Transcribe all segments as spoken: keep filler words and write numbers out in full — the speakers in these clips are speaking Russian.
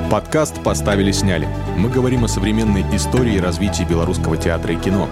Подкаст «Поставили-сняли». Мы говорим о современной истории и развитии белорусского театра и кино.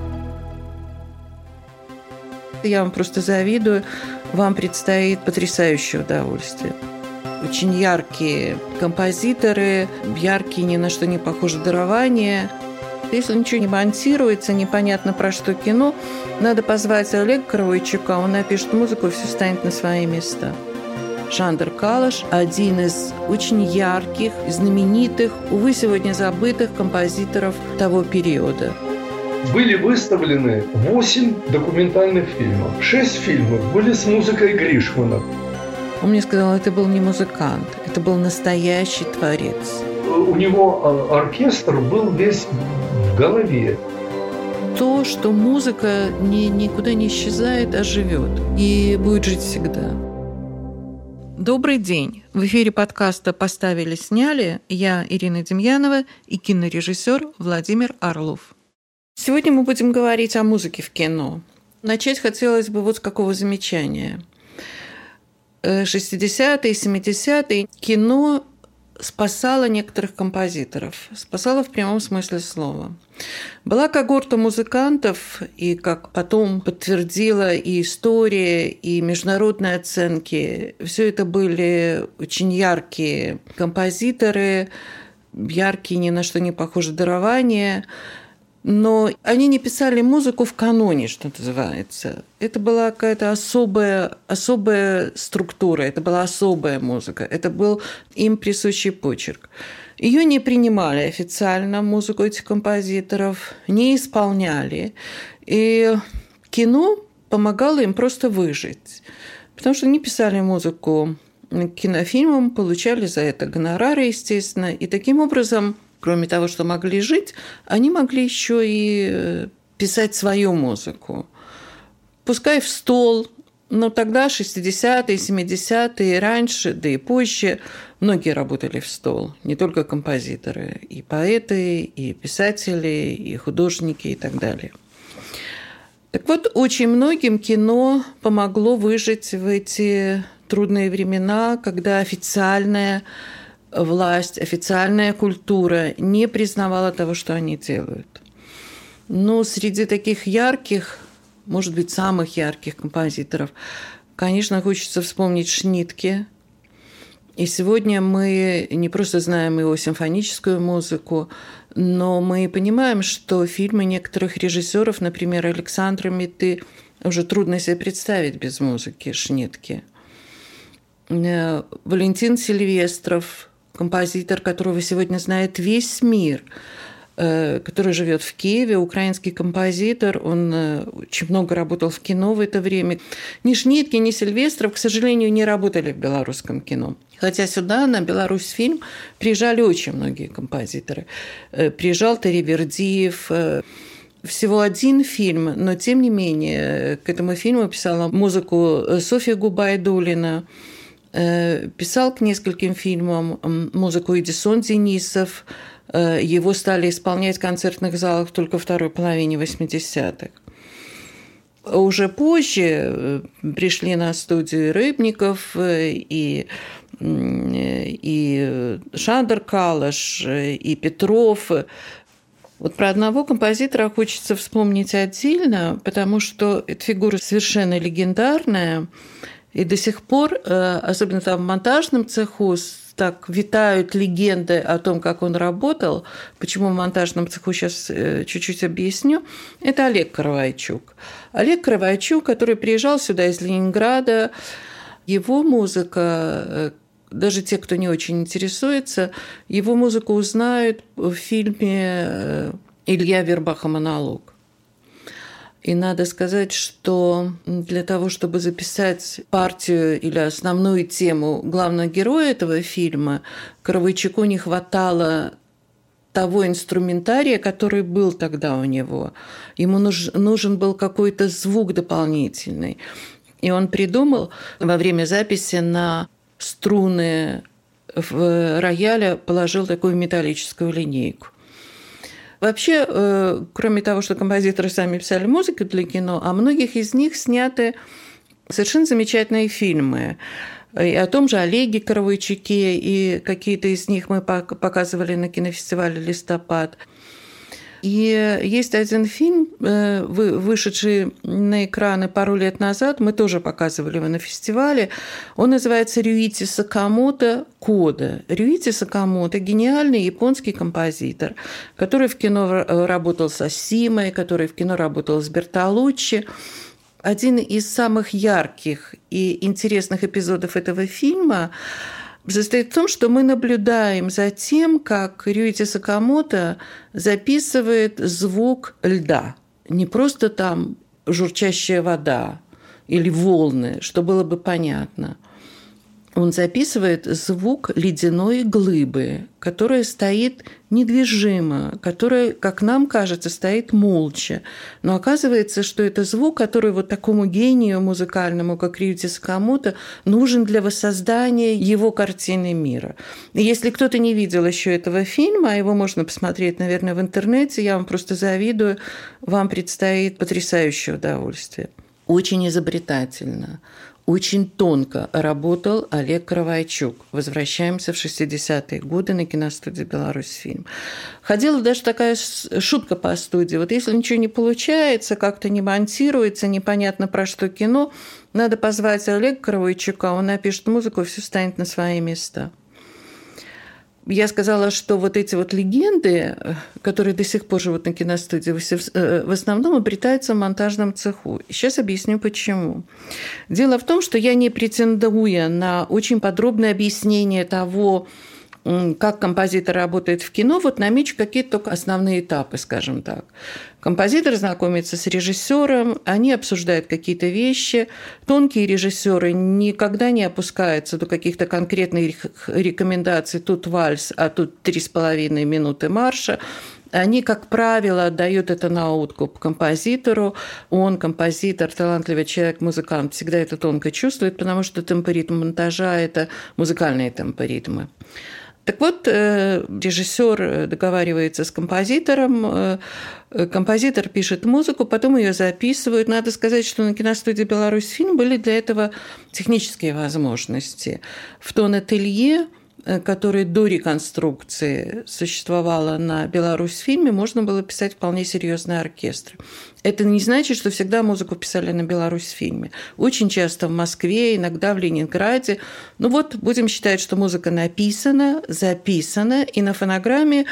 Я вам просто завидую. Вам предстоит потрясающее удовольствие. Очень яркие композиторы, яркие, ни на что не похожие дарования. Если ничего не монтируется, непонятно про что кино, надо позвать Олега Кровойчука, он напишет музыку, и все станет на свои места. Шандор Калаш – один из очень ярких, знаменитых, увы, сегодня забытых композиторов того периода. Были выставлены восемь документальных фильмов. Шесть фильмов были с музыкой Гришмана. Он мне сказал, это был не музыкант, это был настоящий творец. У него оркестр был весь в голове. То, что музыка ни, никуда не исчезает, а живет и будет жить всегда. Добрый день! В эфире подкаста «Поставили-сняли». Я Ирина Демьянова и кинорежиссер Владимир Орлов. Сегодня мы будем говорить о музыке в кино. Начать хотелось бы вот с какого замечания. шестидесятые, семидесятые кино спасало некоторых композиторов. Спасало в прямом смысле слова. Была когорта музыкантов, и, как потом подтвердила и история, и международные оценки, все это были очень яркие композиторы, яркие, ни на что не похожие дарования. Но они не писали музыку в каноне, что называется. Это была какая-то особая, особая структура, это была особая музыка, это был им присущий почерк. Ее не принимали официально, музыку этих композиторов, не исполняли. И кино помогало им просто выжить. Потому что они писали музыку к кинофильмам, получали за это гонорары, естественно. И таким образом, кроме того, что могли жить, они могли еще и писать свою музыку. Пускай в стол, но тогда, шестидесятые, семидесятые, раньше, да и позже, многие работали в стол. Не только композиторы, и поэты, и писатели, и художники, и так далее. Так вот, очень многим кино помогло выжить в эти трудные времена, когда официальная власть, официальная культура не признавала того, что они делают. Но среди таких ярких, может быть, самых ярких композиторов, конечно, хочется вспомнить Шнитке. И сегодня мы не просто знаем его симфоническую музыку, но мы понимаем, что фильмы некоторых режиссеров, например, Александра Митты, уже трудно себе представить без музыки Шнитки. Валентин Сильвестров, композитор, которого сегодня знает весь мир, который живет в Киеве, украинский композитор, он очень много работал в кино в это время. Ни Шнитке, ни Сильвестров, к сожалению, не работали в белорусском кино. Хотя сюда, на Беларусьфильм, приезжали очень многие композиторы. Приезжал Таривердиев. Всего один фильм, но тем не менее к этому фильму писала музыку Софья Губайдуллина. Писал к нескольким фильмам музыку Эдисон Денисов. Его стали исполнять в концертных залах только во второй половине восьмидесятых. Уже позже пришли на студию Рыбников и, и Шандор Калаш, и Петров. Вот про одного композитора хочется вспомнить отдельно, потому что эта фигура совершенно легендарная. И до сих пор, особенно там в монтажном цеху, так витают легенды о том, как он работал. Почему в монтажном цеху, сейчас чуть-чуть объясню. Это Олег Кровойчук. Олег Кровойчук, который приезжал сюда из Ленинграда. Его музыка, даже те, кто не очень интересуется, его музыку узнают в фильме «Илья Вербаха. Монолог». И надо сказать, что для того, чтобы записать партию или основную тему главного героя этого фильма, Кровойчуку не хватало того инструментария, который был тогда у него. Ему нужен был какой-то звук дополнительный. И он придумал во время записи на струны в рояле положил такую металлическую линейку. Вообще, кроме того, что композиторы сами писали музыку для кино, о многих из них сняты совершенно замечательные фильмы. И о том же Олеге Коровойчуке, и какие-то из них мы показывали на кинофестивале «Листопад». И есть один фильм, вышедший на экраны пару лет назад, мы тоже показывали его на фестивале. Он называется «Рюити Сакамото. Кода». Рюити Сакамото – гениальный японский композитор, который в кино работал со Симой, который в кино работал с Бертолуччи. Один из самых ярких и интересных эпизодов этого фильма состоит в том, что мы наблюдаем за тем, как Рюити Сакамото записывает звук льда. Не просто там журчащая вода или волны, что было бы понятно. Он записывает звук ледяной глыбы, которая стоит недвижимо, которая, как нам кажется, стоит молча. Но оказывается, что это звук, который вот такому гению музыкальному, как Рюити Сакамото, нужен для воссоздания его картины мира. И если кто-то не видел еще этого фильма, его можно посмотреть, наверное, в интернете, я вам просто завидую, вам предстоит потрясающее удовольствие. Очень изобретательно. Очень тонко работал Олег Коровойчук. Возвращаемся в шестидесятые годы на киностудии «Беларусьфильм». Ходила даже такая шутка по студии. Вот если ничего не получается, как-то не монтируется, непонятно про что кино, надо позвать Олега Коровойчука, он напишет музыку, и все станет на свои места. Я сказала, что вот эти вот легенды, которые до сих пор живут на киностудии, в основном обретаются в монтажном цеху. Сейчас объясню, почему. Дело в том, что я не претендуя на очень подробное объяснение того, как композитор работает в кино, вот намечу какие-то только основные этапы, скажем так. Композитор знакомится с режиссером, они обсуждают какие-то вещи. Тонкие режиссеры никогда не опускаются до каких-то конкретных рекомендаций. Тут вальс, а тут три с половиной минуты марша. Они, как правило, отдают это на откуп композитору. Он, композитор, талантливый человек, музыкант, всегда это тонко чувствует, потому что темпоритм монтажа – это музыкальные темпоритмы. Так вот, режиссер договаривается с композитором, композитор пишет музыку, потом ее записывают. Надо сказать, что на киностудии «Беларусьфильм» были для этого технические возможности. В тон-ателье, которое до реконструкции существовало на «Беларусьфильме», можно было писать вполне серьезные оркестры. Это не значит, что всегда музыку писали на «Беларусьфильме». Очень часто в Москве, иногда в Ленинграде. Ну вот, будем считать, что музыка написана, записана, и на фонограмме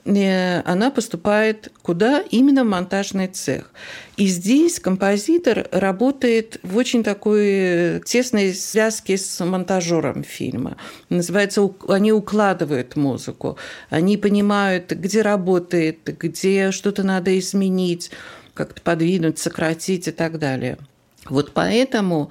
она поступает куда? Именно в монтажный цех. И здесь композитор работает в очень такой тесной связке с монтажером фильма. Называется, они укладывают музыку, они понимают, где работает, где что-то надо изменить, как-то подвинуть, сократить и так далее. Вот поэтому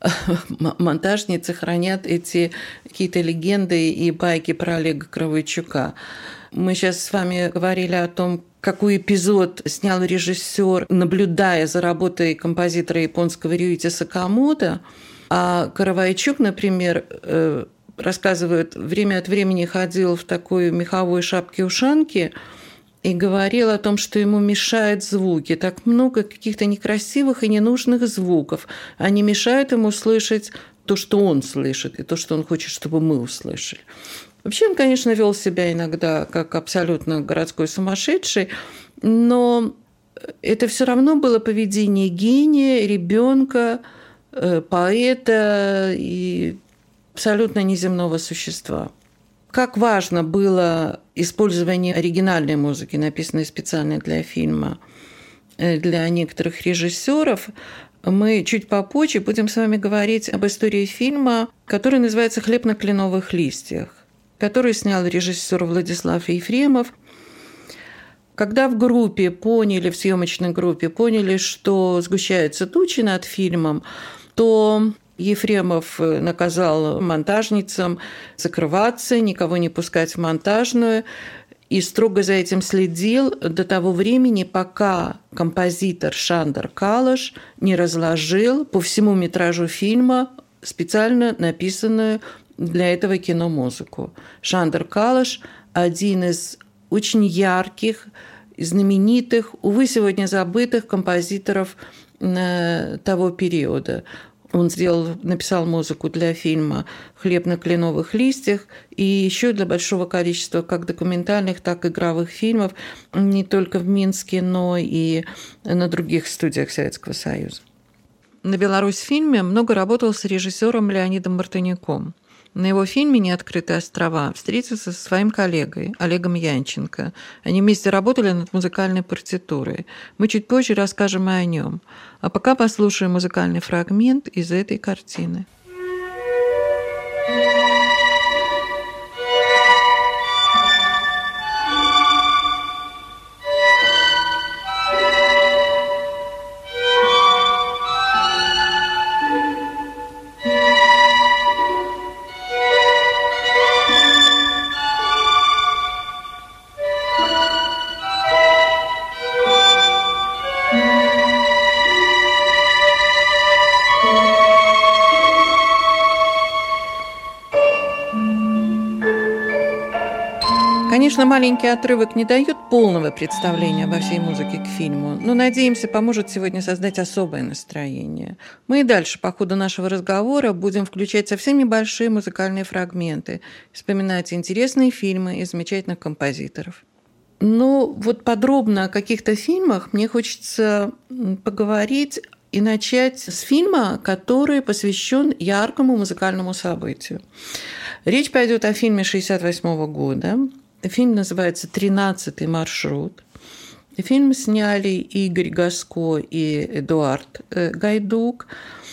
монтажницы хранят эти какие-то легенды и байки про Олега Коровойчука. Мы сейчас с вами говорили о том, какой эпизод снял режиссер, наблюдая за работой композитора японского Рюити Сакамото. А Коровойчук, например, рассказывает, время от времени ходил в такой меховой шапке-ушанке и говорил о том, что ему мешают звуки. Так много каких-то некрасивых и ненужных звуков. Они мешают ему слышать то, что он слышит, и то, что он хочет, чтобы мы услышали. Вообще он, конечно, вел себя иногда как абсолютно городской сумасшедший, но это все равно было поведение гения, ребенка, поэта и абсолютно неземного существа. Как важно было использование оригинальной музыки, написанной специально для фильма, для некоторых режиссеров. Мы чуть попозже будем с вами говорить об истории фильма, который называется «Хлеб на кленовых листьях», который снял режиссер Владислав Ефремов. Когда в группе поняли, в съемочной группе поняли, что сгущаются тучи над фильмом, то Ефремов наказал монтажницам закрываться, никого не пускать в монтажную, и строго за этим следил до того времени, пока композитор Шандор Калаш не разложил по всему метражу фильма специально написанную для этого кино музыку. Шандор Калаш – один из очень ярких, знаменитых, увы, сегодня забытых композиторов того периода. Он сделал, написал музыку для фильма «Хлеб на кленовых листьях» и еще для большого количества как документальных, так и игровых фильмов не только в Минске, но и на других студиях Советского Союза. На Беларусьфильме много работал с режиссером Леонидом Мартынюком. На его фильме «Неоткрытые острова» встретился со своим коллегой Олегом Янченко. Они вместе работали над музыкальной партитурой. Мы чуть позже расскажем и о нем. А пока послушаем музыкальный фрагмент из этой картины. Конечно, маленький отрывок не дает полного представления обо всей музыке к фильму, но, надеемся, поможет сегодня создать особое настроение. Мы и дальше по ходу нашего разговора будем включать совсем небольшие музыкальные фрагменты, вспоминать интересные фильмы и замечательных композиторов. Ну, вот подробно о каких-то фильмах мне хочется поговорить и начать с фильма, который посвящен яркому музыкальному событию. Речь пойдет о фильме шестьдесят восьмого года. Фильм называется «Тринадцатый маршрут». Фильм сняли Игорь Гаско и Эдуард Гайдук.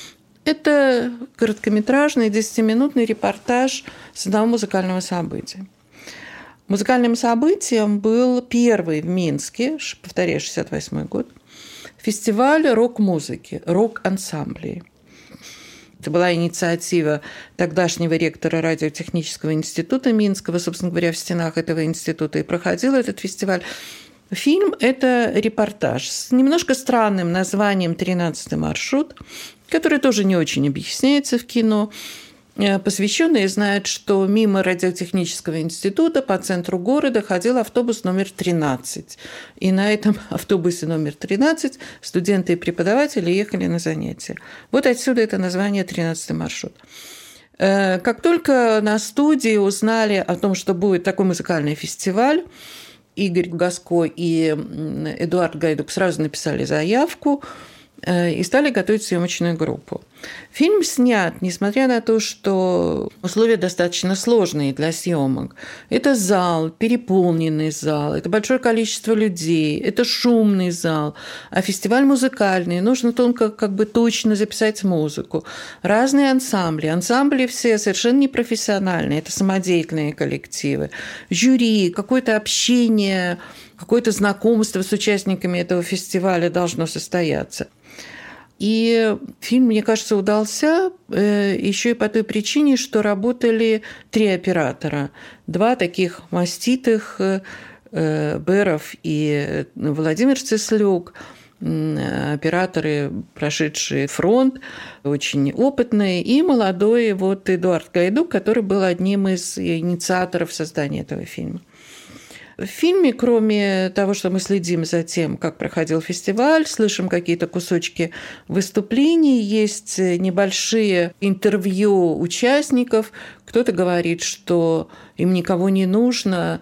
Это короткометражный десятиминутный репортаж с одного музыкального события. Музыкальным событием был первый в Минске, повторяю, шестьдесят восьмой год, фестиваль рок-музыки, рок-ансамблей. Это была инициатива тогдашнего ректора радиотехнического института Минского, собственно говоря, в стенах этого института и проходил этот фестиваль. Фильм – это репортаж с немножко странным названием «Тринадцатый маршрут», который тоже не очень объясняется в кино. Посвященные знают, что мимо радиотехнического института по центру города ходил автобус номер тринадцать. И на этом автобусе номер тринадцать студенты и преподаватели ехали на занятия. Вот отсюда это название «тринадцатый маршрут». Как только на студии узнали о том, что будет такой музыкальный фестиваль, Игорь Гаско и Эдуард Гайдук сразу написали заявку и стали готовить съемочную группу. Фильм снят, несмотря на то, что условия достаточно сложные для съемок. Это зал, переполненный зал, это большое количество людей, это шумный зал, а фестиваль музыкальный, нужно только как бы точно записать музыку. Разные ансамбли, ансамбли все совершенно непрофессиональные, это самодеятельные коллективы, жюри, какое-то общение, какое-то знакомство с участниками этого фестиваля должно состояться. И фильм, мне кажется, удался еще и по той причине, что работали три оператора. Два таких маститых, Беров и Владимир Цеслюк, операторы, прошедшие фронт, очень опытные, и молодой вот Эдуард Гайдук, который был одним из инициаторов создания этого фильма. В фильме, кроме того, что мы следим за тем, как проходил фестиваль, слышим какие-то кусочки выступлений, есть небольшие интервью участников. Кто-то говорит, что им никого не нужно,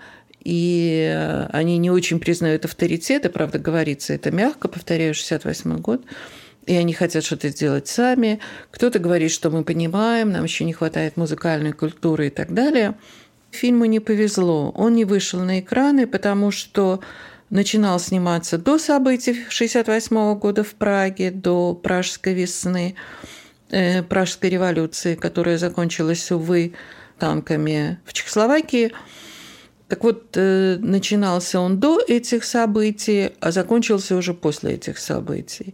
и они не очень признают авторитеты. Правда, говорится это мягко, повторяю, шестьдесят восьмой год. И они хотят что-то сделать сами. Кто-то говорит, что мы понимаем, нам еще не хватает музыкальной культуры и так далее. Фильму не повезло. Он не вышел на экраны, потому что начинал сниматься до событий шестьдесят восьмого года в Праге, до Пражской весны, э, Пражской революции, которая закончилась, увы, танками в Чехословакии. Так вот, э, начинался он до этих событий, а закончился уже после этих событий.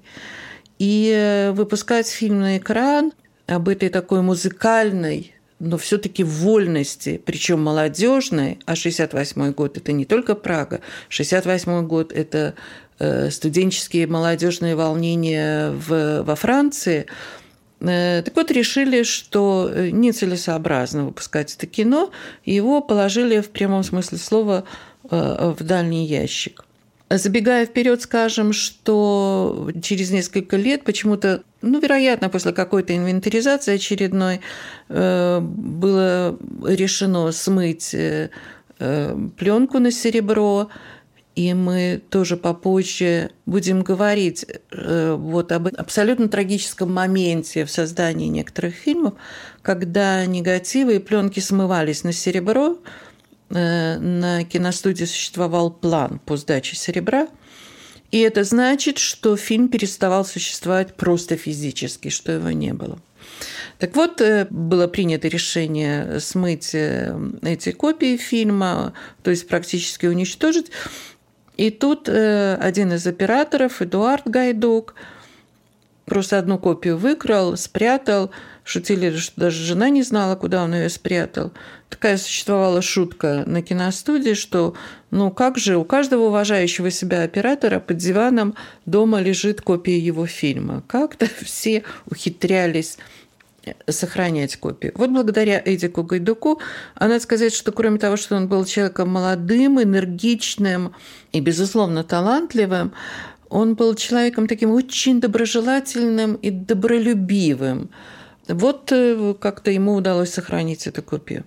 И выпускать фильм на экран об этой такой музыкальной, но все-таки вольности, причем молодежной, а шестьдесят восьмой год – это не только Прага, шестьдесят восьмой год – это студенческие молодежные волнения в, во Франции. Так вот, решили, что нецелесообразно выпускать это кино, и его положили в прямом смысле слова в дальний ящик. Забегая вперед, скажем, что через несколько лет почему-то, ну, вероятно, после какой-то инвентаризации очередной, было решено смыть пленку на серебро, и мы тоже попозже будем говорить вот об абсолютно трагическом моменте в создании некоторых фильмов, когда негативы и пленки смывались на серебро. На киностудии существовал план по сдаче серебра, и это значит, что фильм переставал существовать просто физически, что его не было. Так вот, было принято решение смыть эти копии фильма, то есть практически уничтожить. И тут один из операторов, Эдуард Гайдук, просто одну копию выкрал, спрятал. Шутили, что даже жена не знала, куда он ее спрятал. Такая существовала шутка на киностудии, что ну как же, у каждого уважающего себя оператора под диваном дома лежит копия его фильма. Как-то все ухитрялись сохранять копии. Вот благодаря Эдику Гайдуку, а надо сказать, что кроме того, что он был человеком молодым, энергичным и, безусловно, талантливым, он был человеком таким очень доброжелательным и добролюбивым. Вот как-то ему удалось сохранить эту копию.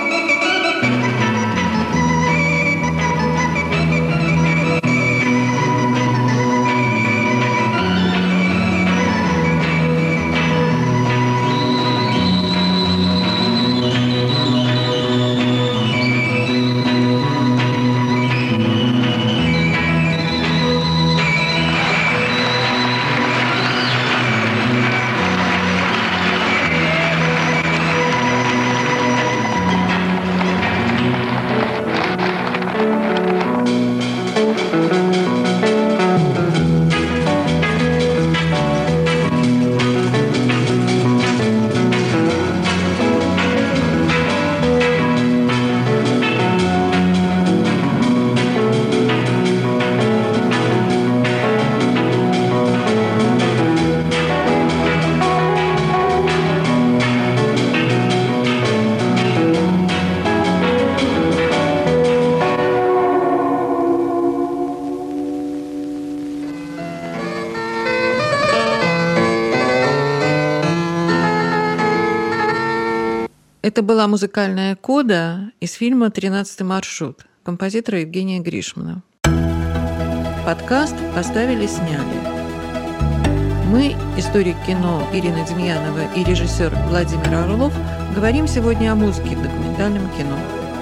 Это была музыкальная кода из фильма «тринадцатый маршрут» композитора Евгения Гришмана. Подкаст «Поставили, сняли». Мы, историк кино Ирина Демьянова и режиссер Владимир Орлов, говорим сегодня о музыке в документальном кино.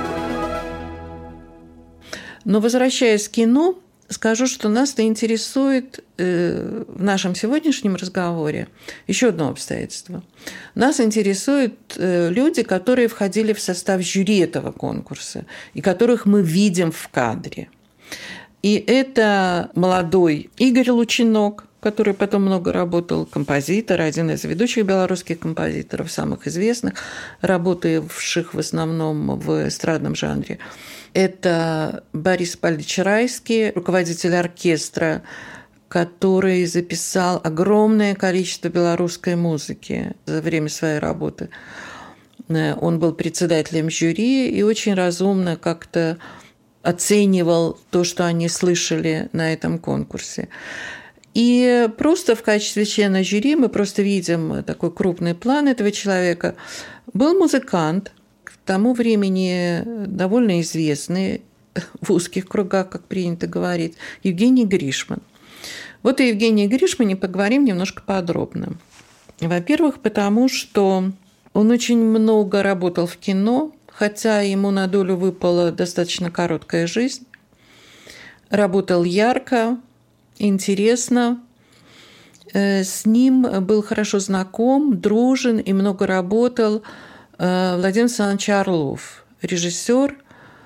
Но возвращаясь к кино, скажу, что нас-то интересует э, в нашем сегодняшнем разговоре еще одно обстоятельство. Нас интересуют э, люди, которые входили в состав жюри этого конкурса и которых мы видим в кадре. И это молодой Игорь Лучинок, который потом много работал, композитор, один из ведущих белорусских композиторов, самых известных, работавших в основном в эстрадном жанре. Это Борис Павлович Райский, руководитель оркестра, который записал огромное количество белорусской музыки за время своей работы. Он был председателем жюри и очень разумно как-то оценивал то, что они слышали на этом конкурсе. И просто в качестве члена жюри мы просто видим такой крупный план этого человека. Был музыкант, к тому времени довольно известный в узких кругах, как принято говорить, Евгений Гришман. Вот о Евгении Гришмане поговорим немножко подробно. Во-первых, потому что он очень много работал в кино, хотя ему на долю выпала достаточно короткая жизнь. Работал ярко, интересно. С ним был хорошо знаком, дружен и много работал Владимир Александрович Орлов, режиссер,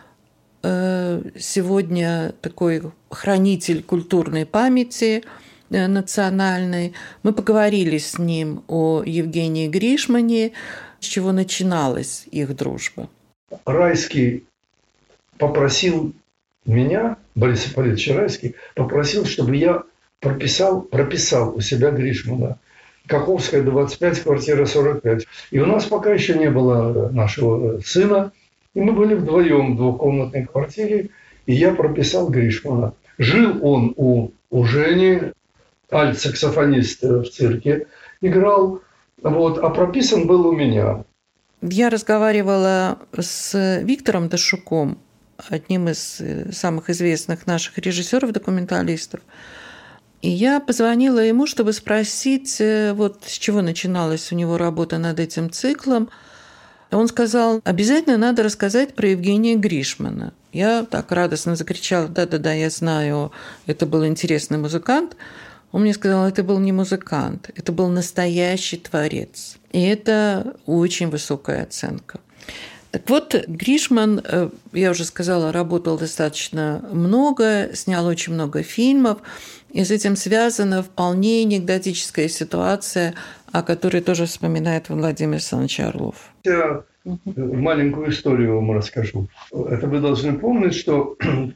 сегодня такой хранитель культурной памяти национальной. Мы поговорили с ним о Евгении Гришмане, с чего начиналась их дружба. Райский попросил меня, Борис Ипполитович Райский, попросил, чтобы я прописал, прописал у себя Гришмана. Каховская, двадцать пять, квартира сорок пять. И у нас пока еще не было нашего сына. И мы были вдвоем в двухкомнатной квартире, и я прописал Гришмана. Жил он у, у Жени, альт-саксофонист в цирке играл, вот, а прописан был у меня. Я разговаривала с Виктором Дашуком, одним из самых известных наших режиссеров-документалистов. И я позвонила ему, чтобы спросить, вот с чего начиналась у него работа над этим циклом. Он сказал, обязательно надо рассказать про Евгения Гришмана. Я так радостно закричала, да-да-да, я знаю, это был интересный музыкант. Он мне сказал, это был не музыкант, это был настоящий творец. И это очень высокая оценка. Так вот, Гришман, я уже сказала, работал достаточно много, снял очень много фильмов, и с этим связана вполне анекдотическая ситуация, о которой тоже вспоминает Владимир Александрович Орлов. Я маленькую историю вам расскажу. Это вы должны помнить, что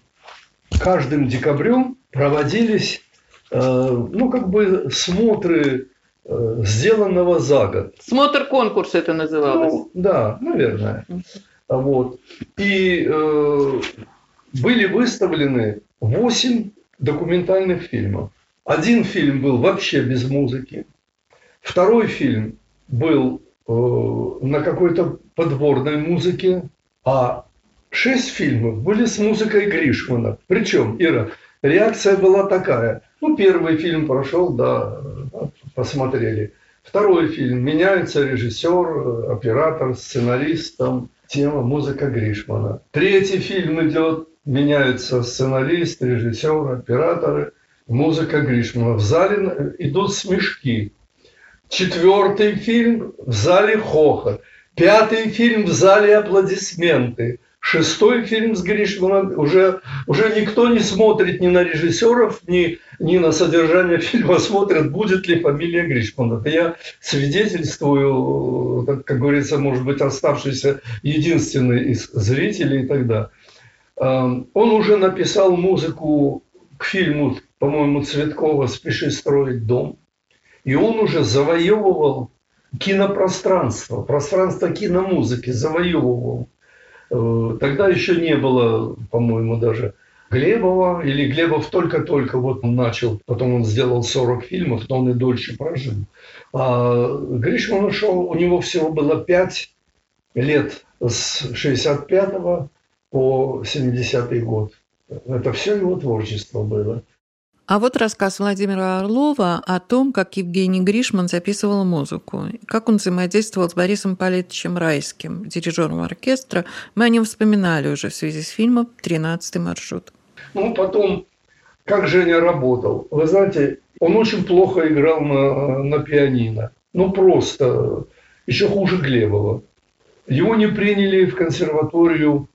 каждым декабрем проводились, ну, как бы смотры сделанного за год. Смотр-конкурс это называлось. Ну, да, наверное. Вот. И э, были выставлены восемь документальных фильмов. Один фильм был вообще без музыки. Второй фильм был э, на какой-то подборной музыке. А шесть фильмов были с музыкой Гришмана. Причем, Ира, реакция была такая. Ну, первый фильм прошел, да, посмотрели. Второй фильм. Меняется режиссер, оператор, сценарист, там, тема, музыка Гришмана. Третий фильм идет. Меняются сценарист, режиссер, операторы, музыка Гришмана. В зале идут смешки. Четвертый фильм в зале хохот. Пятый фильм в зале аплодисменты. Шестой фильм с Гришманом уже, уже никто не смотрит ни на режиссеров, ни, ни на содержание фильма, смотрят, будет ли фамилия Гришмана. Это я свидетельствую, как говорится, может быть, оставшийся единственный из зрителей тогда. Он уже написал музыку к фильму, по-моему, Цветкова «Спеши строить дом». И он уже завоевывал кинопространство, пространство киномузыки завоевывал. Тогда еще не было, по-моему, даже Глебова, или Глебов только-только вот он начал, потом он сделал сорок фильмов, но он и дольше прожил. А Гришман ушел, у него всего было пять лет с шестьдесят пятого по семидесятый год. Это все его творчество было. А вот рассказ Владимира Орлова о том, как Евгений Гришман записывал музыку, как он взаимодействовал с Борисом Паллетовичем Райским, дирижером оркестра. Мы о нем вспоминали уже в связи с фильмом «тринадцатый маршрут». Ну, потом, как Женя работал. Вы знаете, он очень плохо играл на, на пианино. Ну, просто еще хуже Глебова. Его не приняли в консерваторию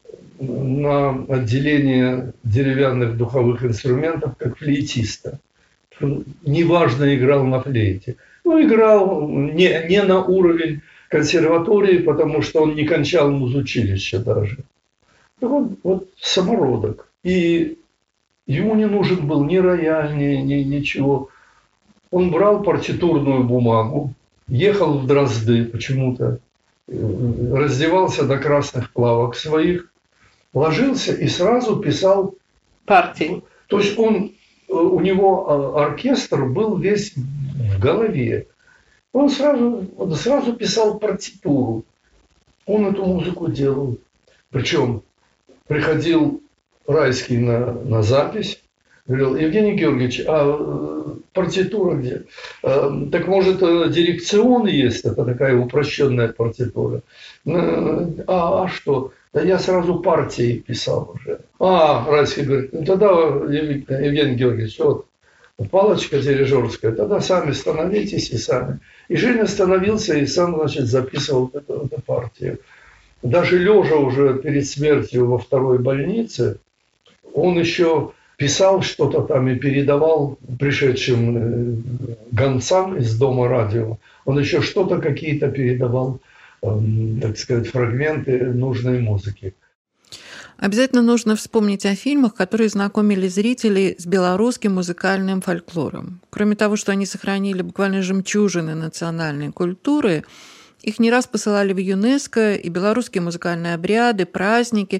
на отделение деревянных духовых инструментов как флейтиста. Неважно, играл на флейте. Ну, играл не, не на уровень консерватории, потому что он не кончал музучилище даже. Так он вот самородок. И ему не нужен был ни рояль, ни, ни ничего. Он брал партитурную бумагу, ехал в Дрозды почему-то, раздевался до красных плавок своих, ложился и сразу писал партии. То есть он, у него оркестр был весь в голове. Он сразу, он сразу писал партитуру. Он эту музыку делал. Причем приходил Райский на, на запись, говорил: Евгений Георгиевич, а партитура где? Так может, дирекцион есть? Это такая упрощенная партитура. А, а что? Да я сразу партии писал уже. А, Райский говорит: ну тогда, Евгений Георгиевич, вот палочка дирижерская, тогда сами становитесь и сами. И Женя становился и сам, значит, записывал эту, эту партию. Даже лежа уже перед смертью во второй больнице, он еще писал что-то там и передавал пришедшим гонцам из Дома радио. Он еще что-то какие-то передавал, так сказать, фрагменты нужной музыки. Обязательно нужно вспомнить о фильмах, которые знакомили зрителей с белорусским музыкальным фольклором. Кроме того, что они сохранили буквально жемчужины национальной культуры, их не раз посылали в ЮНЕСКО, и белорусские музыкальные обряды, праздники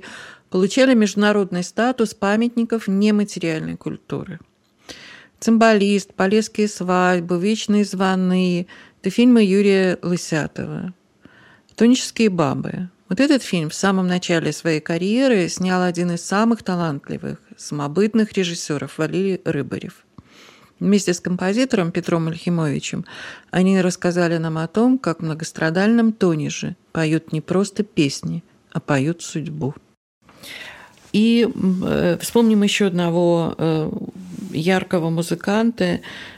получали международный статус памятников нематериальной культуры. «Цимбалист», «Полесские свадьбы», «Вечные звоны» – это фильмы Юрия Лысятова. «Тонические бабы». Вот этот фильм в самом начале своей карьеры снял один из самых талантливых, самобытных режиссеров Валерий Рыбарев. Вместе с композитором Петром Ильхимовичем они рассказали нам о том, как в многострадальном Тонеже поют не просто песни, а поют судьбу. И э, вспомним еще одного э, яркого музыканта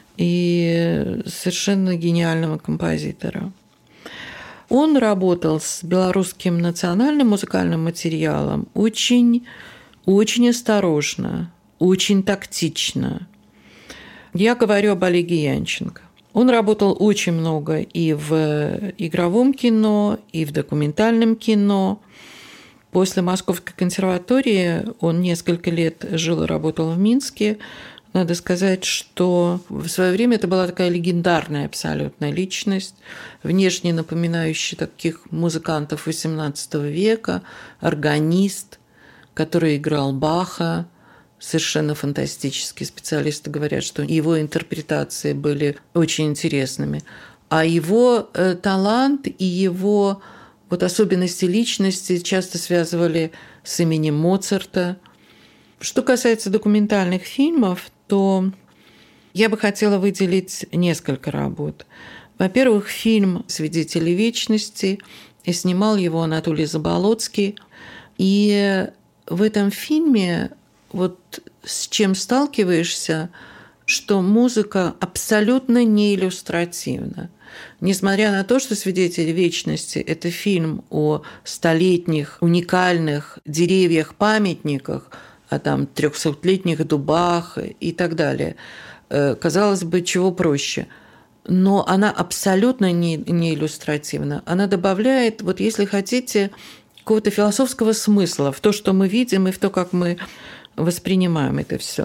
и совершенно гениального композитора. Он работал с белорусским национальным музыкальным материалом очень, очень осторожно, очень тактично. Я говорю об Олеге Янченко. Он работал очень много и в игровом кино, и в документальном кино. После Московской консерватории он несколько лет жил и работал в Минске. Надо сказать, что в свое время это была такая легендарная абсолютная личность, внешне напоминающая таких музыкантов восемнадцатого века, органист, который играл Баха, совершенно фантастические. Специалисты говорят, что его интерпретации были очень интересными. А его э, талант и его вот особенности личности часто связывали с именем Моцарта. Что касается документальных фильмов, то я бы хотела выделить несколько работ. Во-первых, фильм «Свидетели вечности», и снимал его Анатолий Заболоцкий. И в этом фильме вот с чем сталкиваешься, что музыка абсолютно не иллюстративна. Несмотря на то, что «Свидетели вечности» – это фильм о столетних уникальных деревьях-памятниках, о там трехсотлетних дубах и так далее. Казалось бы, чего проще. Но она абсолютно не, не иллюстративна. Она добавляет, вот если хотите, какого-то философского смысла в то, что мы видим, и в то, как мы воспринимаем это все.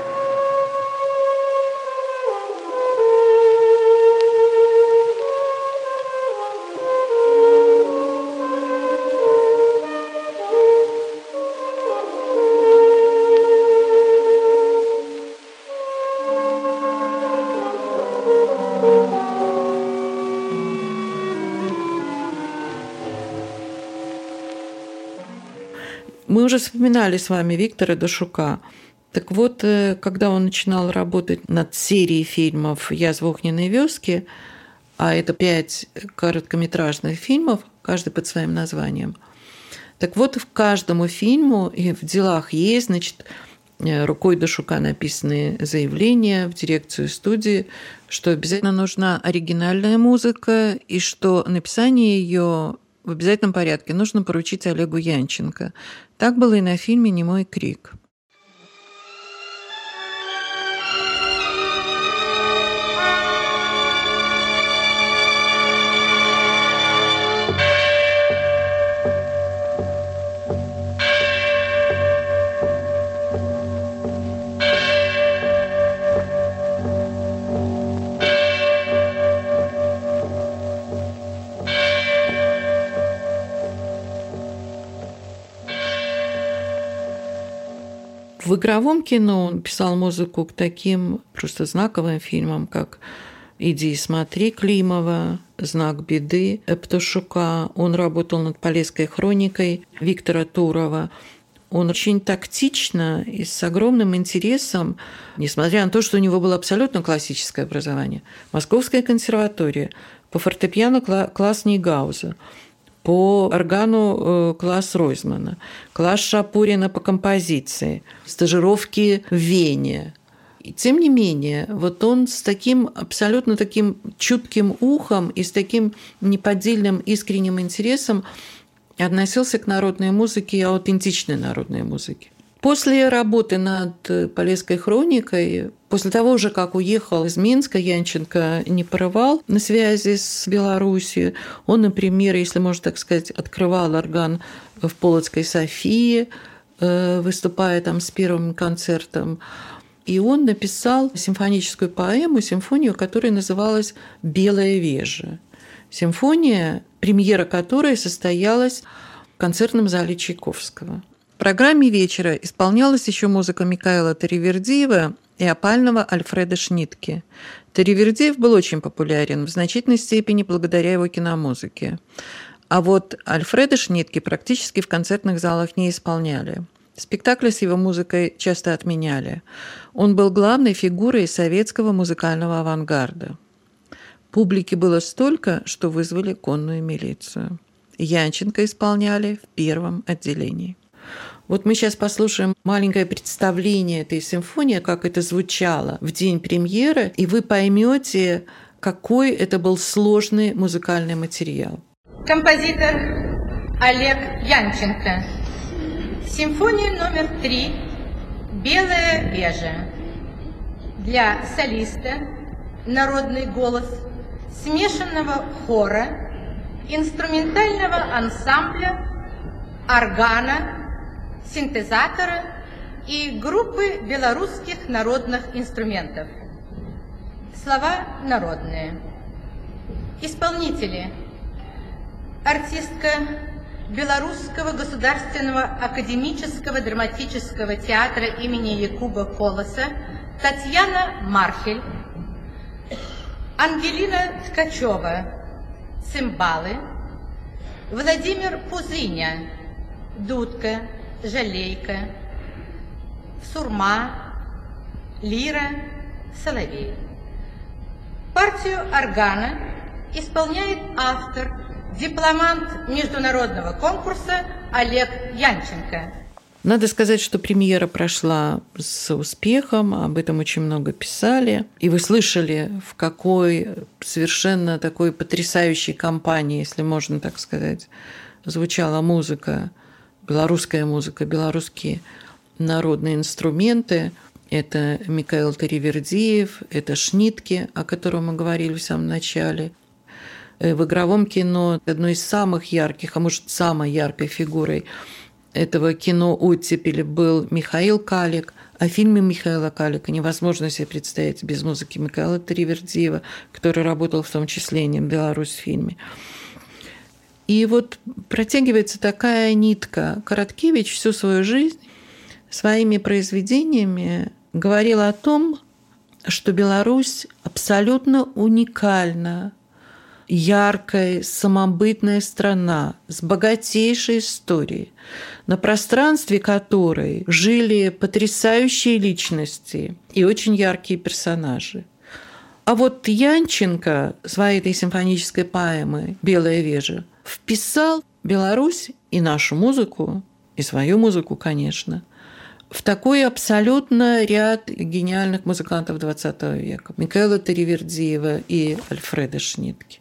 Мы уже вспоминали с вами Виктора Дашука. Так вот, когда он начинал работать над серией фильмов «Язва огненной вёски», а это пять короткометражных фильмов, каждый под своим названием, так вот, в каждому фильму и в делах есть, значит, рукой Дашука написаны заявления в дирекцию студии, что обязательно нужна оригинальная музыка и что написание ее в обязательном порядке нужно поручить Олегу Янченко. Так было и на фильме «Немой крик». В игровом кино он писал музыку к таким просто знаковым фильмам, как «Иди и смотри» Климова, «Знак беды» Птушука. Он работал над «Полесской хроникой» Виктора Турова. Он очень тактично и с огромным интересом, несмотря на то, что у него было абсолютно классическое образование, Московская консерватория, по фортепиано класс Нейгауза, по органу класс Ройзмана, класс Шапурина по композиции, стажировки в Вене. И тем не менее, вот он с таким абсолютно таким чутким ухом и с таким неподдельным искренним интересом относился к народной музыке и аутентичной народной музыке. После работы над «Полесской хроникой», после того же, как уехал из Минска, Янченко не порывал на связи с Белоруссией. Он, например, если можно так сказать, открывал орган в Полоцкой Софии, выступая там с первым концертом. И он написал симфоническую поэму, симфонию, которая называлась «Белая вежа». Симфония, премьера которой состоялась в концертном зале Чайковского. В программе вечера исполнялась еще музыка Микаэла Таривердиева и опального Альфреда Шнитке. Таривердиев был очень популярен, в значительной степени благодаря его киномузыке. А вот Альфреда Шнитке практически в концертных залах не исполняли. Спектакли с его музыкой часто отменяли. Он был главной фигурой советского музыкального авангарда. Публики было столько, что вызвали конную милицию. Янченко исполняли в первом отделении. Вот мы сейчас послушаем маленькое представление этой симфонии, как это звучало в день премьеры, и вы поймете, какой это был сложный музыкальный материал. Композитор Олег Янченко. Симфония номер три «Белая вежа». Для солиста народный голос, смешанного хора, инструментального ансамбля, органа, синтезатора и группы белорусских народных инструментов. Слова народные. Исполнители. Артистка Белорусского государственного академического драматического театра имени Якуба Колоса Татьяна Мархель, Ангелина Ткачева, цимбалы, Владимир Пузыня, дудка, жалейка, сурма, лира, соловей. Партию органа исполняет автор, дипломант международного конкурса Олег Янченко. Надо сказать, что премьера прошла с успехом, об этом очень много писали. И вы слышали, в какой совершенно такой потрясающей компании, если можно так сказать, звучала музыка, белорусская музыка, белорусские народные инструменты. Это Микаэл Таривердиев, это Шнитке, о котором мы говорили в самом начале. В игровом кино одной из самых ярких, а может, самой яркой фигурой этого кино оттепели был Михаил Калик. О фильме Михаила Калика невозможно себе представить без музыки Микаэла Таривердиева, который работал в том числе и в Беларусьфильме. И вот протягивается такая нитка. Короткевич всю свою жизнь своими произведениями говорил о том, что Беларусь абсолютно уникальна, яркая, самобытная страна с богатейшей историей, на пространстве которой жили потрясающие личности и очень яркие персонажи. А вот Янченко своей этой симфонической поэмой «Белая вежа» вписал Беларусь и нашу музыку, и свою музыку, конечно, в такой абсолютно ряд гениальных музыкантов двадцатого века. Микаэла Таривердиева и Альфреда Шнитке.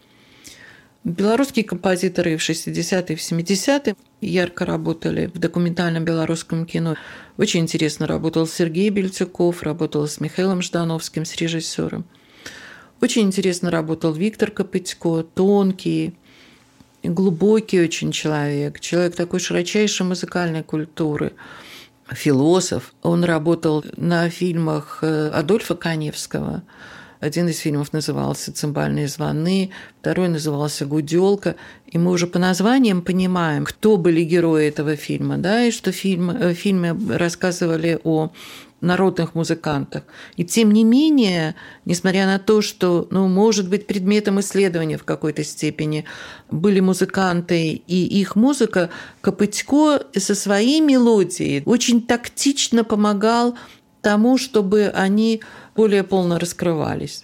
Белорусские композиторы в шестидесятые, в семидесятые ярко работали в документальном белорусском кино. Очень интересно работал Сергей Бельтюков, работал с Михаилом Ждановским, с режиссером. Очень интересно работал Виктор Копытько, тонкий, глубокий очень человек, человек такой широчайшей музыкальной культуры, философ. Он работал на фильмах Адольфа Каневского. Один из фильмов назывался «Цимбальные звоны», второй назывался «Гуделка». И мы уже по названиям понимаем, кто были герои этого фильма, да, и что фильм, в фильме рассказывали о народных музыкантах. И тем не менее, несмотря на то, что, ну, может быть, предметом исследования в какой-то степени были музыканты и их музыка, Копытько со своей мелодией очень тактично помогал тому, чтобы они более полно раскрывались.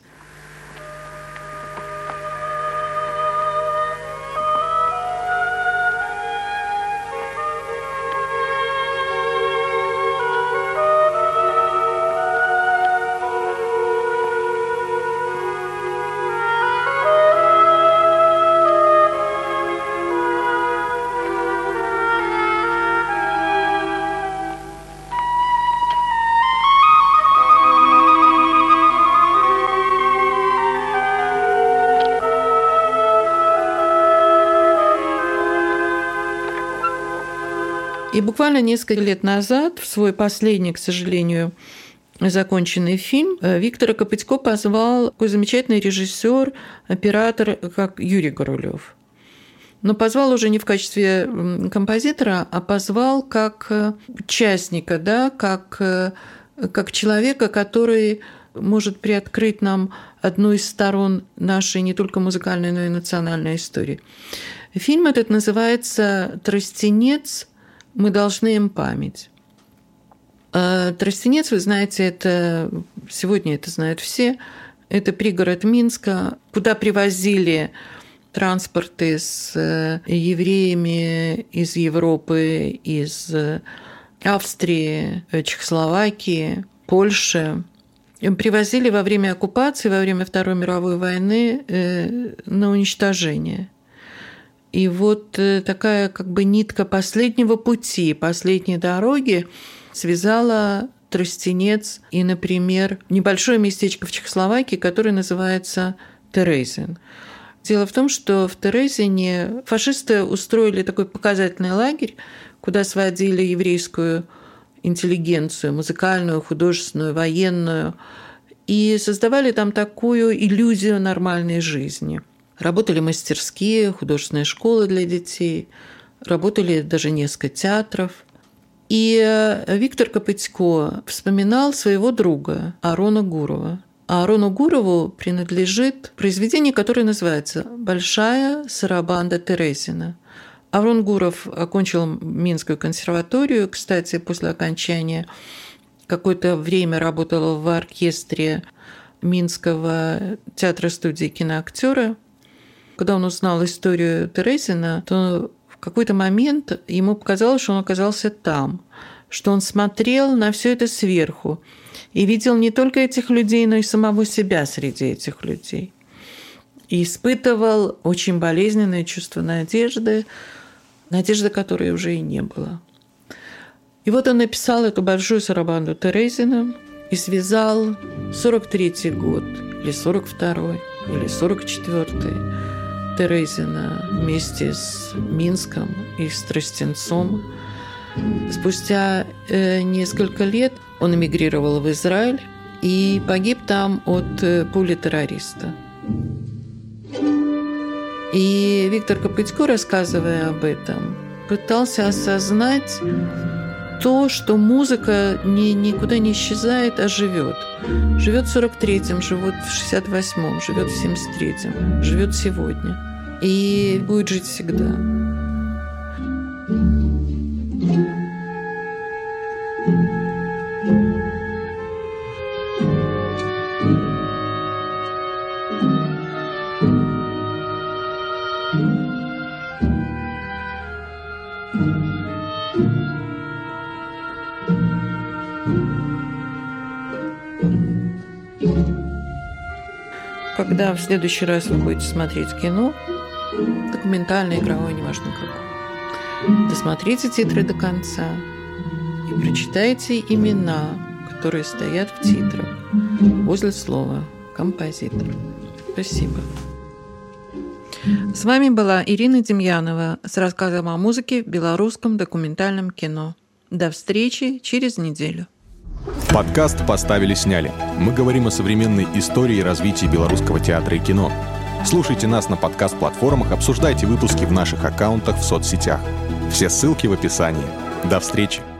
И буквально несколько лет назад, в свой последний, к сожалению, законченный фильм, Виктора Копытько позвал такой замечательный режиссер, оператор, как Юрий Горулев. Но позвал уже не в качестве композитора, а позвал как участника, да, как, как человека, который может приоткрыть нам одну из сторон нашей не только музыкальной, но и национальной истории. Фильм этот называется «Тростенец. Мы должны им память». Тростенец, вы знаете, это сегодня это знают все, это пригород Минска, куда привозили транспорты с евреями из Европы, из Австрии, Чехословакии, Польши. Им привозили во время оккупации, во время Второй мировой войны на уничтожение. И вот такая как бы нитка последнего пути, последней дороги связала Тростенец и, например, небольшое местечко в Чехословакии, которое называется Терезин. Дело в том, что в Терезине фашисты устроили такой показательный лагерь, куда сводили еврейскую интеллигенцию, музыкальную, художественную, военную, и создавали там такую иллюзию нормальной жизни. Работали мастерские, художественные школы для детей, работали даже несколько театров. И Виктор Копытько вспоминал своего друга Арона Гурова. А Арону Гурову принадлежит произведение, которое называется «Большая сарабанда Терезина». Арон Гуров окончил Минскую консерваторию, кстати, после окончания какое-то время работал в оркестре Минского театра-студии киноактера. Когда он узнал историю Терезина, то в какой-то момент ему показалось, что он оказался там, что он смотрел на все это сверху и видел не только этих людей, но и самого себя среди этих людей. И испытывал очень болезненное чувство надежды, надежды, которой уже и не было. И вот он написал эту большую сарабанду Терезина и связал сорок третий год, или сорок второй, или сорок четвёртый Терезина вместе с Минском и с Тростенцом. Спустя несколько лет он эмигрировал в Израиль и погиб там от пули террориста. И Виктор Копытько, рассказывая об этом, пытался осознать то, что музыка ни, никуда не исчезает, а живет. Живет в сорок третьем, живет в шестьдесят восьмом, живет в семьдесят третьем, живет сегодня. И будет жить всегда. Когда в следующий раз вы будете смотреть кино, документальное, игровое, неважно какое, досмотрите титры до конца и прочитайте имена, которые стоят в титрах возле слова «композитор». Спасибо. С вами была Ирина Демьянова с рассказом о музыке в белорусском документальном кино. До встречи через неделю. Подкаст «Поставили-сняли». Мы говорим о современной истории и развитии белорусского театра и кино. Слушайте нас на подкаст-платформах, обсуждайте выпуски в наших аккаунтах в соцсетях. Все ссылки в описании. До встречи!